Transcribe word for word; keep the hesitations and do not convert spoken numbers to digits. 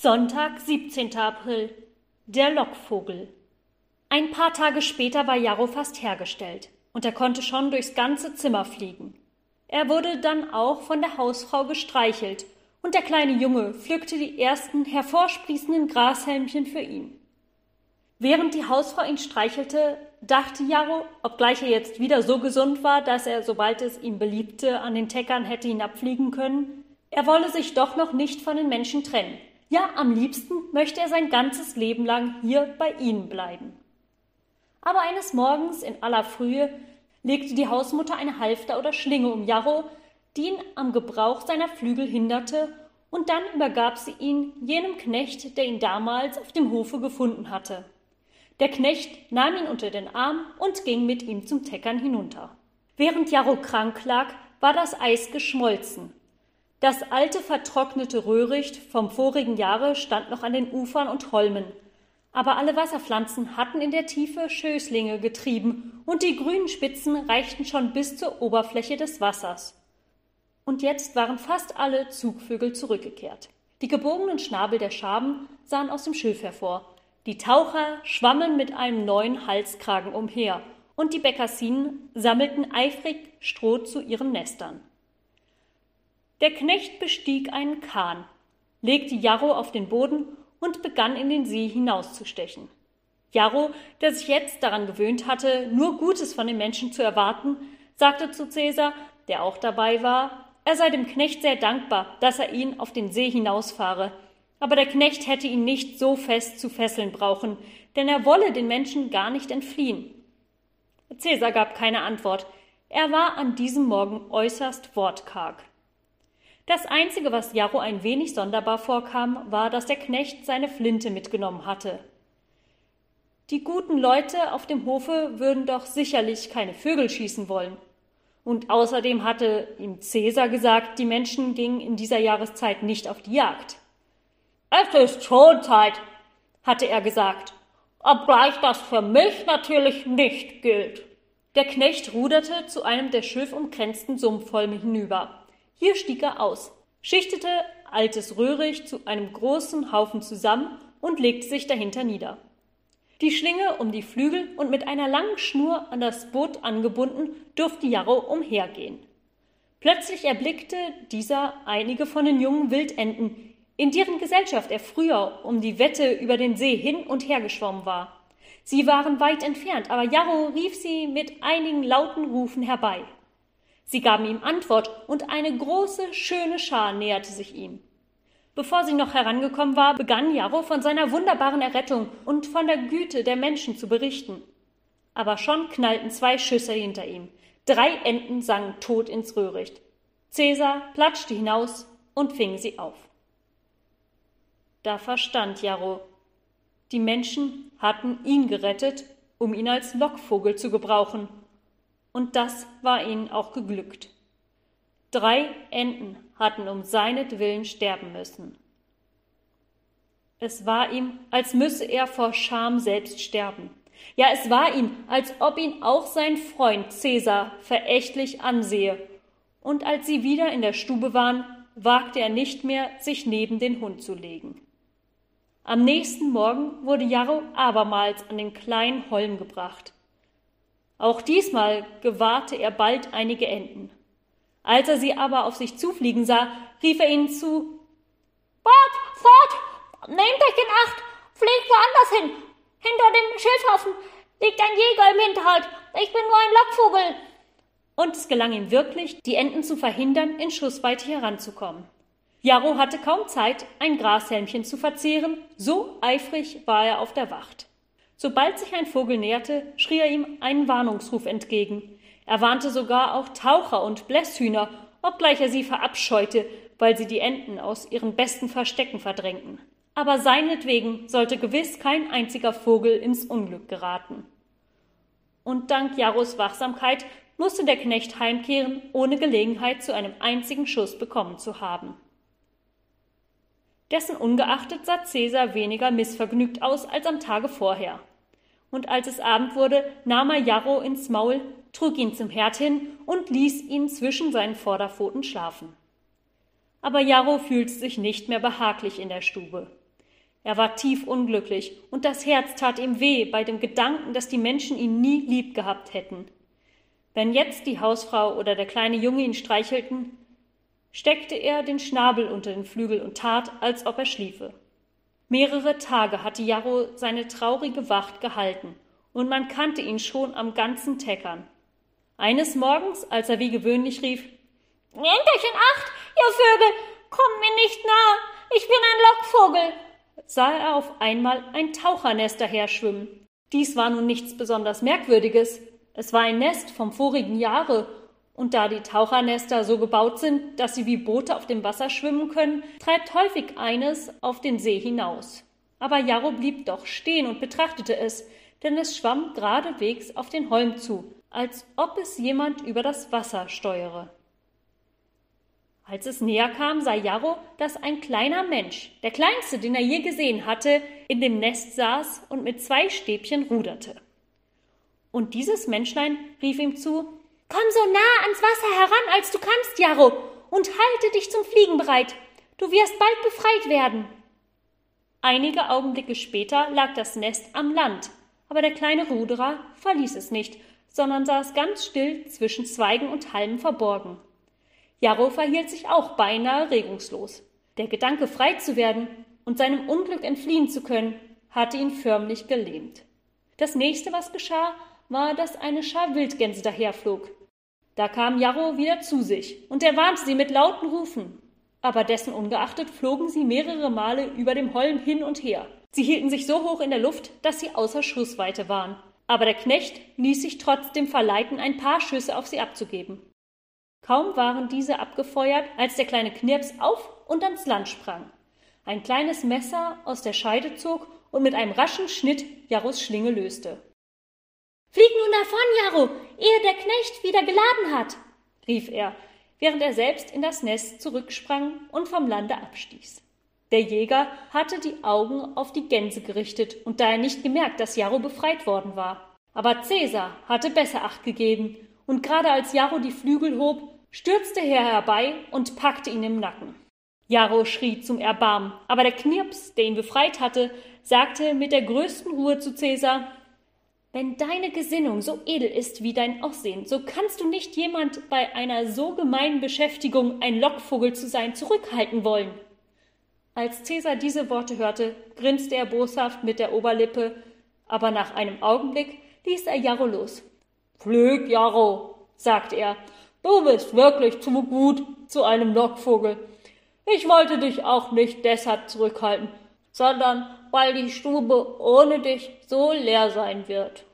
Sonntag, siebzehnter April. Der Lockvogel. Ein paar Tage später war Jarro fast hergestellt, und er konnte schon durchs ganze Zimmer fliegen. Er wurde dann auch von der Hausfrau gestreichelt, und der kleine Junge pflückte die ersten hervorsprießenden Grashalmchen für ihn. Während die Hausfrau ihn streichelte, dachte Jarro, obgleich er jetzt wieder so gesund war, dass er, sobald es ihm beliebte, an den Teckern hätte hinabfliegen können, er wolle sich doch noch nicht von den Menschen trennen. Ja, am liebsten möchte er sein ganzes Leben lang hier bei ihnen bleiben. Aber eines Morgens in aller Frühe legte die Hausmutter eine Halfter oder Schlinge um Jarro, die ihn am Gebrauch seiner Flügel hinderte, und dann übergab sie ihn jenem Knecht, der ihn damals auf dem Hofe gefunden hatte. Der Knecht nahm ihn unter den Arm und ging mit ihm zum Teckern hinunter. Während Jarro krank lag, war das Eis geschmolzen. Das alte, vertrocknete Röhricht vom vorigen Jahre stand noch an den Ufern und Holmen, aber alle Wasserpflanzen hatten in der Tiefe Schößlinge getrieben und die grünen Spitzen reichten schon bis zur Oberfläche des Wassers. Und jetzt waren fast alle Zugvögel zurückgekehrt. Die gebogenen Schnabel der Schaben sahen aus dem Schilf hervor. Die Taucher schwammen mit einem neuen Halskragen umher und die Bekassinen sammelten eifrig Stroh zu ihren Nestern. Der Knecht bestieg einen Kahn, legte Jarro auf den Boden und begann in den See hinauszustechen. Jarro, der sich jetzt daran gewöhnt hatte, nur Gutes von den Menschen zu erwarten, sagte zu Cäsar, der auch dabei war, er sei dem Knecht sehr dankbar, dass er ihn auf den See hinausfahre, aber der Knecht hätte ihn nicht so fest zu fesseln brauchen, denn er wolle den Menschen gar nicht entfliehen. Cäsar gab keine Antwort, er war an diesem Morgen äußerst wortkarg. Das Einzige, was Jarro ein wenig sonderbar vorkam, war, dass der Knecht seine Flinte mitgenommen hatte. Die guten Leute auf dem Hofe würden doch sicherlich keine Vögel schießen wollen. Und außerdem hatte ihm Cäsar gesagt, die Menschen gingen in dieser Jahreszeit nicht auf die Jagd. »Es ist Schonzeit«, hatte er gesagt, obgleich das für mich natürlich nicht gilt. Der Knecht ruderte zu einem der schilfumkränzten Sumpfholme hinüber. Hier stieg er aus, schichtete altes Röhricht zu einem großen Haufen zusammen und legte sich dahinter nieder. Die Schlinge um die Flügel und mit einer langen Schnur an das Boot angebunden, durfte Jarro umhergehen. Plötzlich erblickte dieser einige von den jungen Wildenten, in deren Gesellschaft er früher um die Wette über den See hin und her geschwommen war. Sie waren weit entfernt, aber Jarro rief sie mit einigen lauten Rufen herbei. Sie gaben ihm Antwort, und eine große, schöne Schar näherte sich ihm. Bevor sie noch herangekommen war, begann Jarro von seiner wunderbaren Errettung und von der Güte der Menschen zu berichten. Aber schon knallten zwei Schüsse hinter ihm. Drei Enten sanken tot ins Röhricht. Cäsar platschte hinaus und fing sie auf. Da verstand Jarro. Die Menschen hatten ihn gerettet, um ihn als Lockvogel zu gebrauchen. Und das war ihnen auch geglückt. Drei Enten hatten um seinetwillen sterben müssen. Es war ihm, als müsse er vor Scham selbst sterben. Ja, es war ihm, als ob ihn auch sein Freund Cäsar verächtlich ansehe. Und als sie wieder in der Stube waren, wagte er nicht mehr, sich neben den Hund zu legen. Am nächsten Morgen wurde Jarro abermals an den kleinen Holm gebracht. Auch diesmal gewahrte er bald einige Enten. Als er sie aber auf sich zufliegen sah, rief er ihnen zu: »Fort, fort! Nehmt euch in Acht! Fliegt woanders hin! Hinter dem Schilfhaufen liegt ein Jäger im Hinterhalt! Ich bin nur ein Lockvogel!« Und es gelang ihm wirklich, die Enten zu verhindern, in Schussweite heranzukommen. Jarro hatte kaum Zeit, ein Grashalmchen zu verzehren, so eifrig war er auf der Wacht. Sobald sich ein Vogel näherte, schrie er ihm einen Warnungsruf entgegen. Er warnte sogar auch Taucher und Blässhühner, obgleich er sie verabscheute, weil sie die Enten aus ihren besten Verstecken verdrängten. Aber seinetwegen sollte gewiss kein einziger Vogel ins Unglück geraten. Und dank Jarros Wachsamkeit musste der Knecht heimkehren, ohne Gelegenheit zu einem einzigen Schuss bekommen zu haben. Dessen ungeachtet sah Cäsar weniger missvergnügt aus als am Tage vorher. Und als es Abend wurde, nahm er Jarro ins Maul, trug ihn zum Herd hin und ließ ihn zwischen seinen Vorderpfoten schlafen. Aber Jarro fühlte sich nicht mehr behaglich in der Stube. Er war tief unglücklich, und das Herz tat ihm weh bei dem Gedanken, dass die Menschen ihn nie lieb gehabt hätten. Wenn jetzt die Hausfrau oder der kleine Junge ihn streichelten, steckte er den Schnabel unter den Flügel und tat, als ob er schliefe. Mehrere Tage hatte Jarro seine traurige Wacht gehalten, und man kannte ihn schon am ganzen Teckern. Eines Morgens, als er wie gewöhnlich rief, »Nehmt euch in Acht, ihr Vögel, kommt mir nicht nahe, ich bin ein Lockvogel«, sah er auf einmal ein Tauchernest daherschwimmen. Dies war nun nichts besonders Merkwürdiges. Es war ein Nest vom vorigen Jahre, und da die Tauchernester so gebaut sind, dass sie wie Boote auf dem Wasser schwimmen können, treibt häufig eines auf den See hinaus. Aber Jarro blieb doch stehen und betrachtete es, denn es schwamm geradewegs auf den Holm zu, als ob es jemand über das Wasser steuere. Als es näher kam, sah Jarro, dass ein kleiner Mensch, der kleinste, den er je gesehen hatte, in dem Nest saß und mit zwei Stäbchen ruderte. Und dieses Menschlein rief ihm zu, »Komm so nah ans Wasser heran, als du kannst, Jarro, und halte dich zum Fliegen bereit. Du wirst bald befreit werden.« Einige Augenblicke später lag das Nest am Land, aber der kleine Ruderer verließ es nicht, sondern saß ganz still zwischen Zweigen und Halmen verborgen. Jarro verhielt sich auch beinahe regungslos. Der Gedanke, frei zu werden und seinem Unglück entfliehen zu können, hatte ihn förmlich gelähmt. Das nächste, was geschah, war, dass eine Schar Wildgänse daherflog. Da kam Jarro wieder zu sich, und er warnte sie mit lauten Rufen. Aber dessen ungeachtet flogen sie mehrere Male über dem Holm hin und her. Sie hielten sich so hoch in der Luft, dass sie außer Schussweite waren. Aber der Knecht ließ sich trotzdem verleiten, ein paar Schüsse auf sie abzugeben. Kaum waren diese abgefeuert, als der kleine Knirps auf und ans Land sprang, ein kleines Messer aus der Scheide zog und mit einem raschen Schnitt Jarros Schlinge löste. »Flieg nun davon, Jarro, ehe der Knecht wieder geladen hat«, rief er, während er selbst in das Nest zurücksprang und vom Lande abstieß. Der Jäger hatte die Augen auf die Gänse gerichtet und daher nicht gemerkt, dass Jarro befreit worden war. Aber Cäsar hatte besser Acht gegeben, und gerade als Jarro die Flügel hob, stürzte er herbei und packte ihn im Nacken. Jarro schrie zum Erbarmen, aber der Knirps, der ihn befreit hatte, sagte mit der größten Ruhe zu Cäsar, »Wenn deine Gesinnung so edel ist wie dein Aussehen, so kannst du nicht jemand bei einer so gemeinen Beschäftigung, ein Lockvogel zu sein, zurückhalten wollen.« Als Cäsar diese Worte hörte, grinste er boshaft mit der Oberlippe, aber nach einem Augenblick ließ er Jarro los. »Flieg, Jarro«, sagte er, »du bist wirklich zu gut zu einem Lockvogel. Ich wollte dich auch nicht deshalb zurückhalten, sondern weil die Stube ohne dich so leer sein wird.«